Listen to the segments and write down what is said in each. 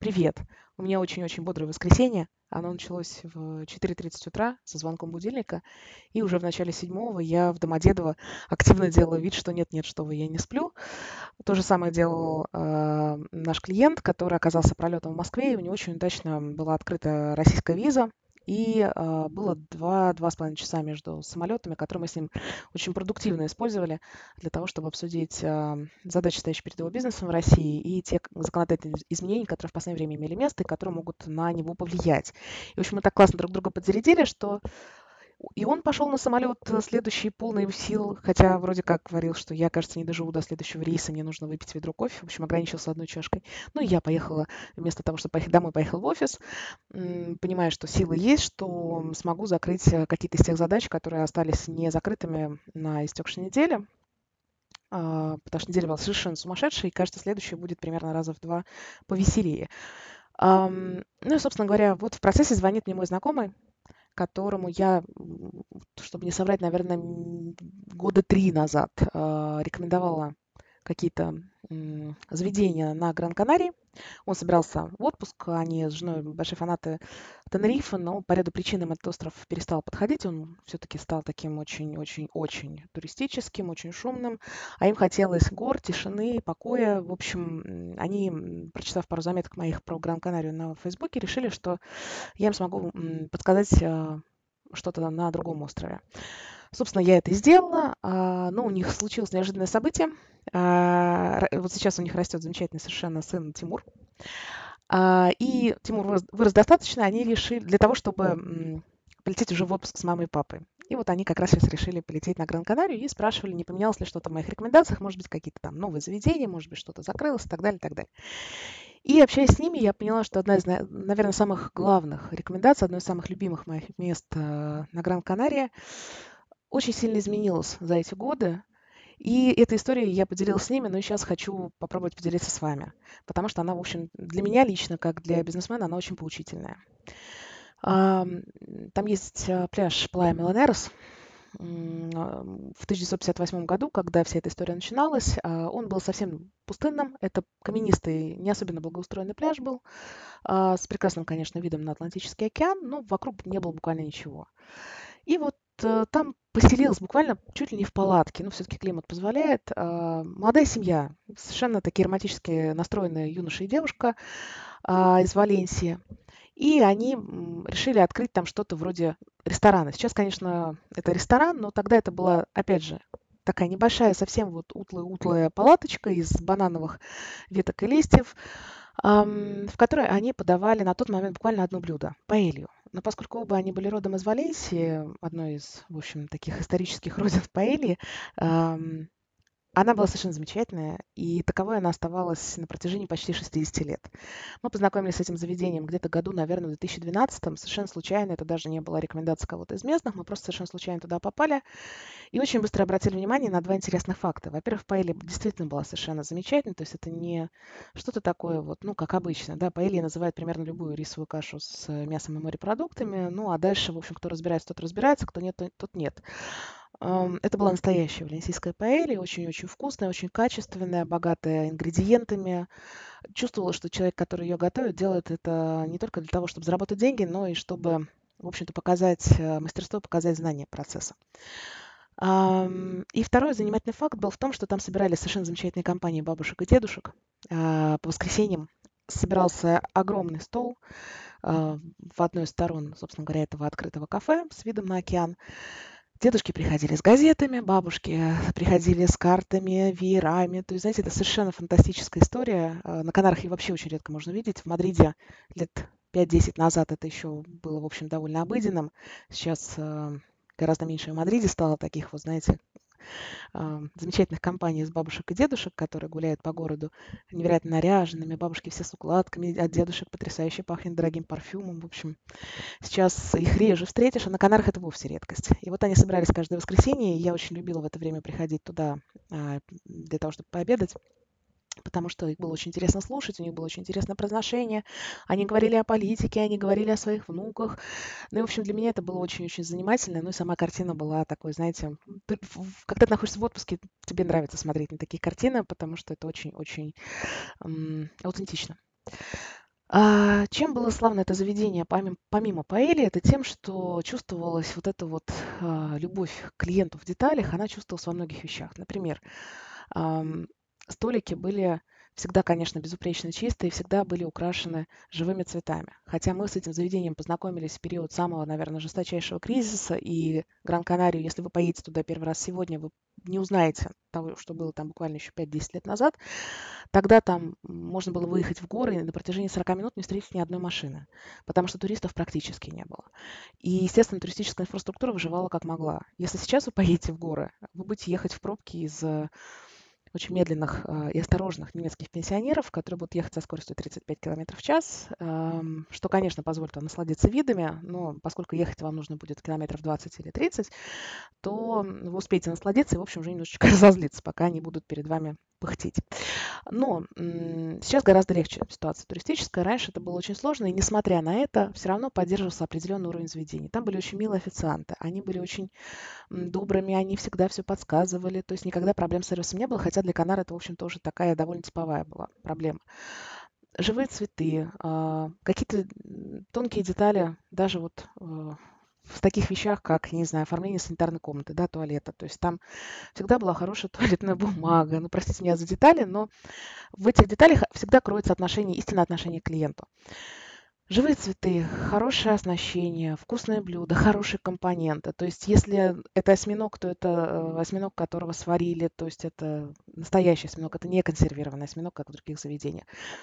Привет. У меня очень-очень бодрое воскресенье. Оно началось в 4:30 утра со звонком будильника, и уже в начале седьмого я в Домодедово активно делала вид, что нет-нет, что вы, я не сплю. То же самое делал наш клиент, который оказался пролетом в Москве, и у него очень удачно была открыта российская виза. И было 2,5 часа между самолетами, которые мы с ним очень продуктивно использовали для того, чтобы обсудить задачи, стоящие перед его бизнесом в России, и те законодательные изменения, которые в последнее время имели место и которые могут на него повлиять. И, в общем, мы так классно друг друга подзарядили, что и он пошел на самолет следующий полный сил, хотя вроде как говорил, что я, кажется, не доживу до следующего рейса, мне нужно выпить ведро кофе. В общем, ограничился одной чашкой. Ну, и я поехала, вместо того, чтобы поехать домой, поехала в офис, понимая, что силы есть, что смогу закрыть какие-то из тех задач, которые остались не закрытыми на истекшей неделе. Потому что неделя была совершенно сумасшедшая, и, кажется, следующая будет примерно раза в два повеселее. Ну и, собственно говоря, вот в процессе звонит мне мой знакомый, которому я, чтобы не соврать, наверное, года 3 назад рекомендовала какие-то заведения на Гран-Канарии. Он собирался в отпуск, они с женой большие фанаты Тенерифе, но по ряду причин им этот остров перестал подходить. Он все-таки стал таким очень-очень-очень туристическим, очень шумным, а им хотелось гор, тишины, покоя. В общем, они, прочитав пару заметок моих про Гран-Канарию на Фейсбуке, решили, что я им смогу подсказать что-то на другом острове. Собственно, я это и сделала, но у них случилось неожиданное событие. Вот сейчас у них растет замечательный совершенно сын Тимур. И Тимур вырос достаточно, они решили для того, чтобы полететь уже в отпуск с мамой и папой. И вот они как раз сейчас решили полететь на Гран-Канарию и спрашивали, не поменялось ли что-то в моих рекомендациях, может быть, какие-то там новые заведения, может быть, что-то закрылось и так далее, и так далее. И общаясь с ними, я поняла, что одна из, наверное, самых главных рекомендаций, одно из самых любимых моих мест на Гран-Канарии очень сильно изменилась за эти годы. И этой историей я поделилась с ними, но и сейчас хочу попробовать поделиться с вами, потому что она, в общем, для меня лично, как для бизнесмена, она очень поучительная. Там есть пляж Плая Меланерос. В 1958 году, когда вся эта история начиналась, он был совсем пустынным. Это каменистый, не особенно благоустроенный пляж был, с прекрасным, конечно, видом на Атлантический океан, но вокруг не было буквально ничего. И вот там поселилась буквально чуть ли не в палатке, ну, все-таки климат позволяет, молодая семья, совершенно такие романтически настроенные юноша и девушка из Валенсии. И они решили открыть там что-то вроде ресторана. Сейчас, конечно, это ресторан, но тогда это была, опять же, такая небольшая, совсем вот утлая палаточка из банановых веток и листьев, в которой они подавали на тот момент буквально одно блюдо — паэлью. Но поскольку оба они были родом из Валенсии, одной из, в общем, таких исторических родин паэльи, ам, она была совершенно замечательная, и таковой она оставалась на протяжении почти 60 лет. Мы познакомились с этим заведением где-то году, наверное, в 2012-м, совершенно случайно, это даже не была рекомендация кого-то из местных, мы просто совершенно случайно туда попали, и очень быстро обратили внимание на два интересных факта. Во-первых, паэлья действительно была совершенно замечательной, то есть это не что-то такое вот, ну, как обычно, да, паэлья называют примерно любую рисовую кашу с мясом и морепродуктами, ну, а дальше, в общем, кто разбирается, тот разбирается, кто нет, тот нет. Это была настоящая валенсийская паэлья, очень-очень вкусная, очень качественная, богатая ингредиентами. Чувствовала, что человек, который ее готовит, делает это не только для того, чтобы заработать деньги, но и чтобы, в общем-то, показать мастерство, показать знание процесса. И второй занимательный факт был в том, что там собирались совершенно замечательные компании бабушек и дедушек. По воскресеньям собирался огромный стол в одной из сторон, собственно говоря, этого открытого кафе с видом на океан. Дедушки приходили с газетами, бабушки приходили с картами, веерами. То есть, знаете, это совершенно фантастическая история. На Канарах ее вообще очень редко можно видеть. В Мадриде лет 5-10 назад это еще было, в общем, довольно обыденным. Сейчас гораздо меньше в Мадриде стало таких, вот знаете, замечательных компаний из бабушек и дедушек, которые гуляют по городу невероятно наряженными. Бабушки все с укладками, от дедушек потрясающе пахнет дорогим парфюмом. В общем, сейчас их реже встретишь, а на Канарах это вовсе редкость. И вот они собирались каждое воскресенье, и я очень любила в это время приходить туда для того, чтобы пообедать, потому что их было очень интересно слушать, у них было очень интересное произношение. Они говорили о политике, они говорили о своих внуках. Ну и, в общем, для меня это было очень-очень занимательно. Ну и сама картина была такой, знаете, когда ты находишься в отпуске, тебе нравится смотреть на такие картины, потому что это очень-очень аутентично. Чем было славно это заведение, помимо паэльи, это тем, что чувствовалась вот эта вот любовь к клиенту в деталях, она чувствовалась во многих вещах. Например, ам, столики были всегда, конечно, безупречно чистые, всегда были украшены живыми цветами. Хотя мы с этим заведением познакомились в период самого, наверное, жесточайшего кризиса, и Гран-Канарию, если вы поедете туда первый раз сегодня, вы не узнаете того, что было там буквально еще 5-10 лет назад. Тогда там можно было выехать в горы и на протяжении 40 минут не встретить ни одной машины, потому что туристов практически не было. И, естественно, туристическая инфраструктура выживала как могла. Если сейчас вы поедете в горы, вы будете ехать в пробки из очень медленных и осторожных немецких пенсионеров, которые будут ехать со скоростью 35 км в час, что, конечно, позволит вам насладиться видами, но поскольку ехать вам нужно будет километров 20 или 30, то вы успеете насладиться и, в общем, уже немножечко разозлиться, пока они будут перед вами пыхтеть. Но сейчас гораздо легче ситуация туристическая. Раньше это было очень сложно, и несмотря на это, все равно поддерживался определенный уровень заведений. Там были очень милые официанты, они были очень добрыми, они всегда все подсказывали, то есть никогда проблем с сервисом не было, хотя для Канар это, в общем, тоже такая довольно типовая была проблема. Живые цветы, какие-то тонкие детали, даже вот в таких вещах, как, я не знаю, оформление санитарной комнаты, да, туалета. То есть там всегда была хорошая туалетная бумага. Ну, простите меня за детали, но в этих деталях всегда кроется отношение, истинное отношение к клиенту. Живые цветы, хорошее оснащение, вкусное блюдо, хорошие компоненты. То есть если это осьминог, то это осьминог, которого сварили, то есть это настоящий осьминог, это не консервированный осьминог, как в других заведениях.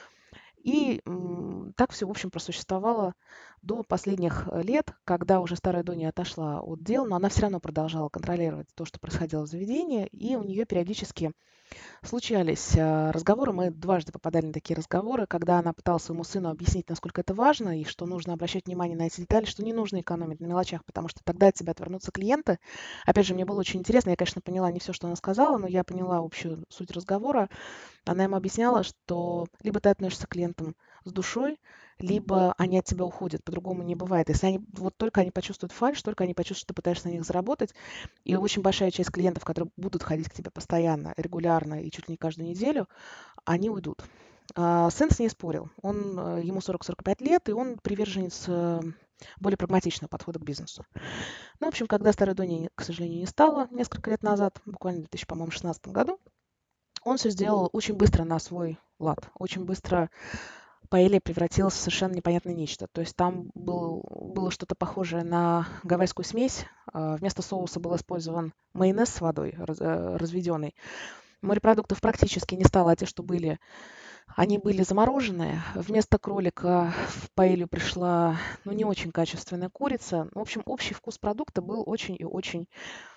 И так все, в общем, просуществовало до последних лет, когда уже старая Доня отошла от дел, но она все равно продолжала контролировать то, что происходило в заведении, и у нее периодически случались разговоры. Мы дважды попадали на такие разговоры, когда она пыталась своему сыну объяснить, насколько это важно, и что нужно обращать внимание на эти детали, что не нужно экономить на мелочах, потому что тогда от тебя отвернутся клиенты. Опять же, мне было очень интересно, я, конечно, поняла не все, что она сказала, но я поняла общую суть разговора. Она ему объясняла, что либо ты относишься к клиентам с душой, либо они от тебя уходят. По-другому не бывает. Если они, вот только они почувствуют фальшь, только они почувствуют, что ты пытаешься на них заработать, и очень большая часть клиентов, которые будут ходить к тебе постоянно, регулярно и чуть ли не каждую неделю, они уйдут. Сын с ней спорил. Ему 40-45 лет, и он приверженец более прагматичного подхода к бизнесу. Ну, в общем, когда старой Дони, к сожалению, не стало несколько лет назад, буквально в 2016 году, он все сделал очень быстро на свой лад. Очень быстро паэлья превратилась в совершенно непонятное нечто. То есть там было что-то похожее на гавайскую смесь. Вместо соуса был использован майонез с водой разведенный. Морепродуктов практически не стало, а те, что были, они были замороженные. Вместо кролика в паэлью пришла, ну, не очень качественная курица. В общем, общий вкус продукта был очень и очень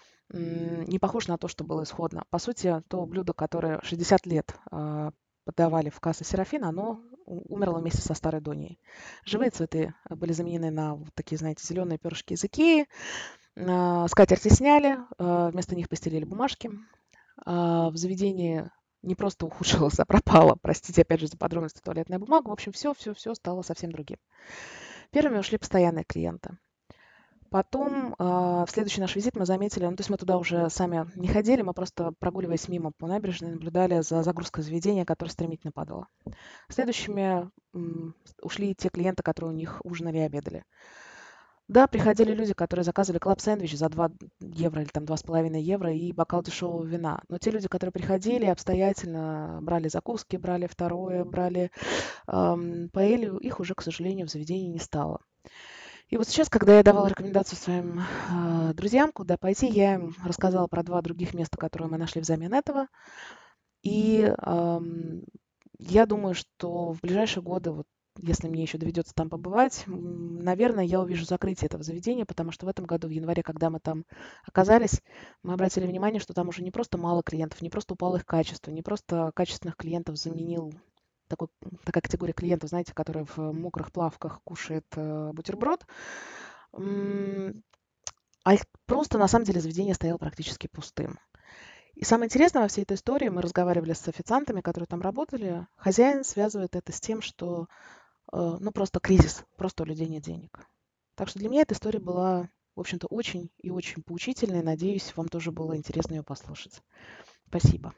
не похож на то, что было исходно. По сути, то блюдо, которое 60 лет подавали в кассы Серафин, оно умерло вместе со старой Доней. Живые цветы были заменены на вот такие, знаете, зеленые перышки из Икеи. Скатерти сняли, вместо них постелили бумажки. В заведении не просто ухудшилось, а пропало, простите опять же за подробности, туалетная бумага. В общем, все стало совсем другим. Первыми ушли постоянные клиенты. Потом, в следующий наш визит мы заметили, ну, то есть мы туда уже сами не ходили, мы просто, прогуливаясь мимо по набережной, наблюдали за загрузкой заведения, которое стремительно падало. Следующими ушли те клиенты, которые у них ужинали и обедали. Да, приходили люди, которые заказывали клаб-сэндвич за 2 евро или там 2,5 евро и бокал дешевого вина. Но те люди, которые приходили, обстоятельно брали закуски, брали второе, брали паэлью, их уже, к сожалению, в заведении не стало. И вот сейчас, когда я давала рекомендацию своим друзьям, куда пойти, я им рассказала про два других места, которые мы нашли взамен этого. И я думаю, что в ближайшие годы, вот, если мне еще доведется там побывать, наверное, я увижу закрытие этого заведения, потому что в этом году, в январе, когда мы там оказались, мы обратили внимание, что там уже не просто мало клиентов, не просто упало их качество, не просто качественных клиентов заменил такая категория клиентов, знаете, которые в мокрых плавках кушает бутерброд, а их просто на самом деле заведение стояло практически пустым. И самое интересное во всей этой истории, мы разговаривали с официантами, которые там работали, хозяин связывает это с тем, что ну просто кризис, просто у людей нет денег. Так что для меня эта история была, в общем-то, очень и очень поучительной. Надеюсь, вам тоже было интересно ее послушать. Спасибо.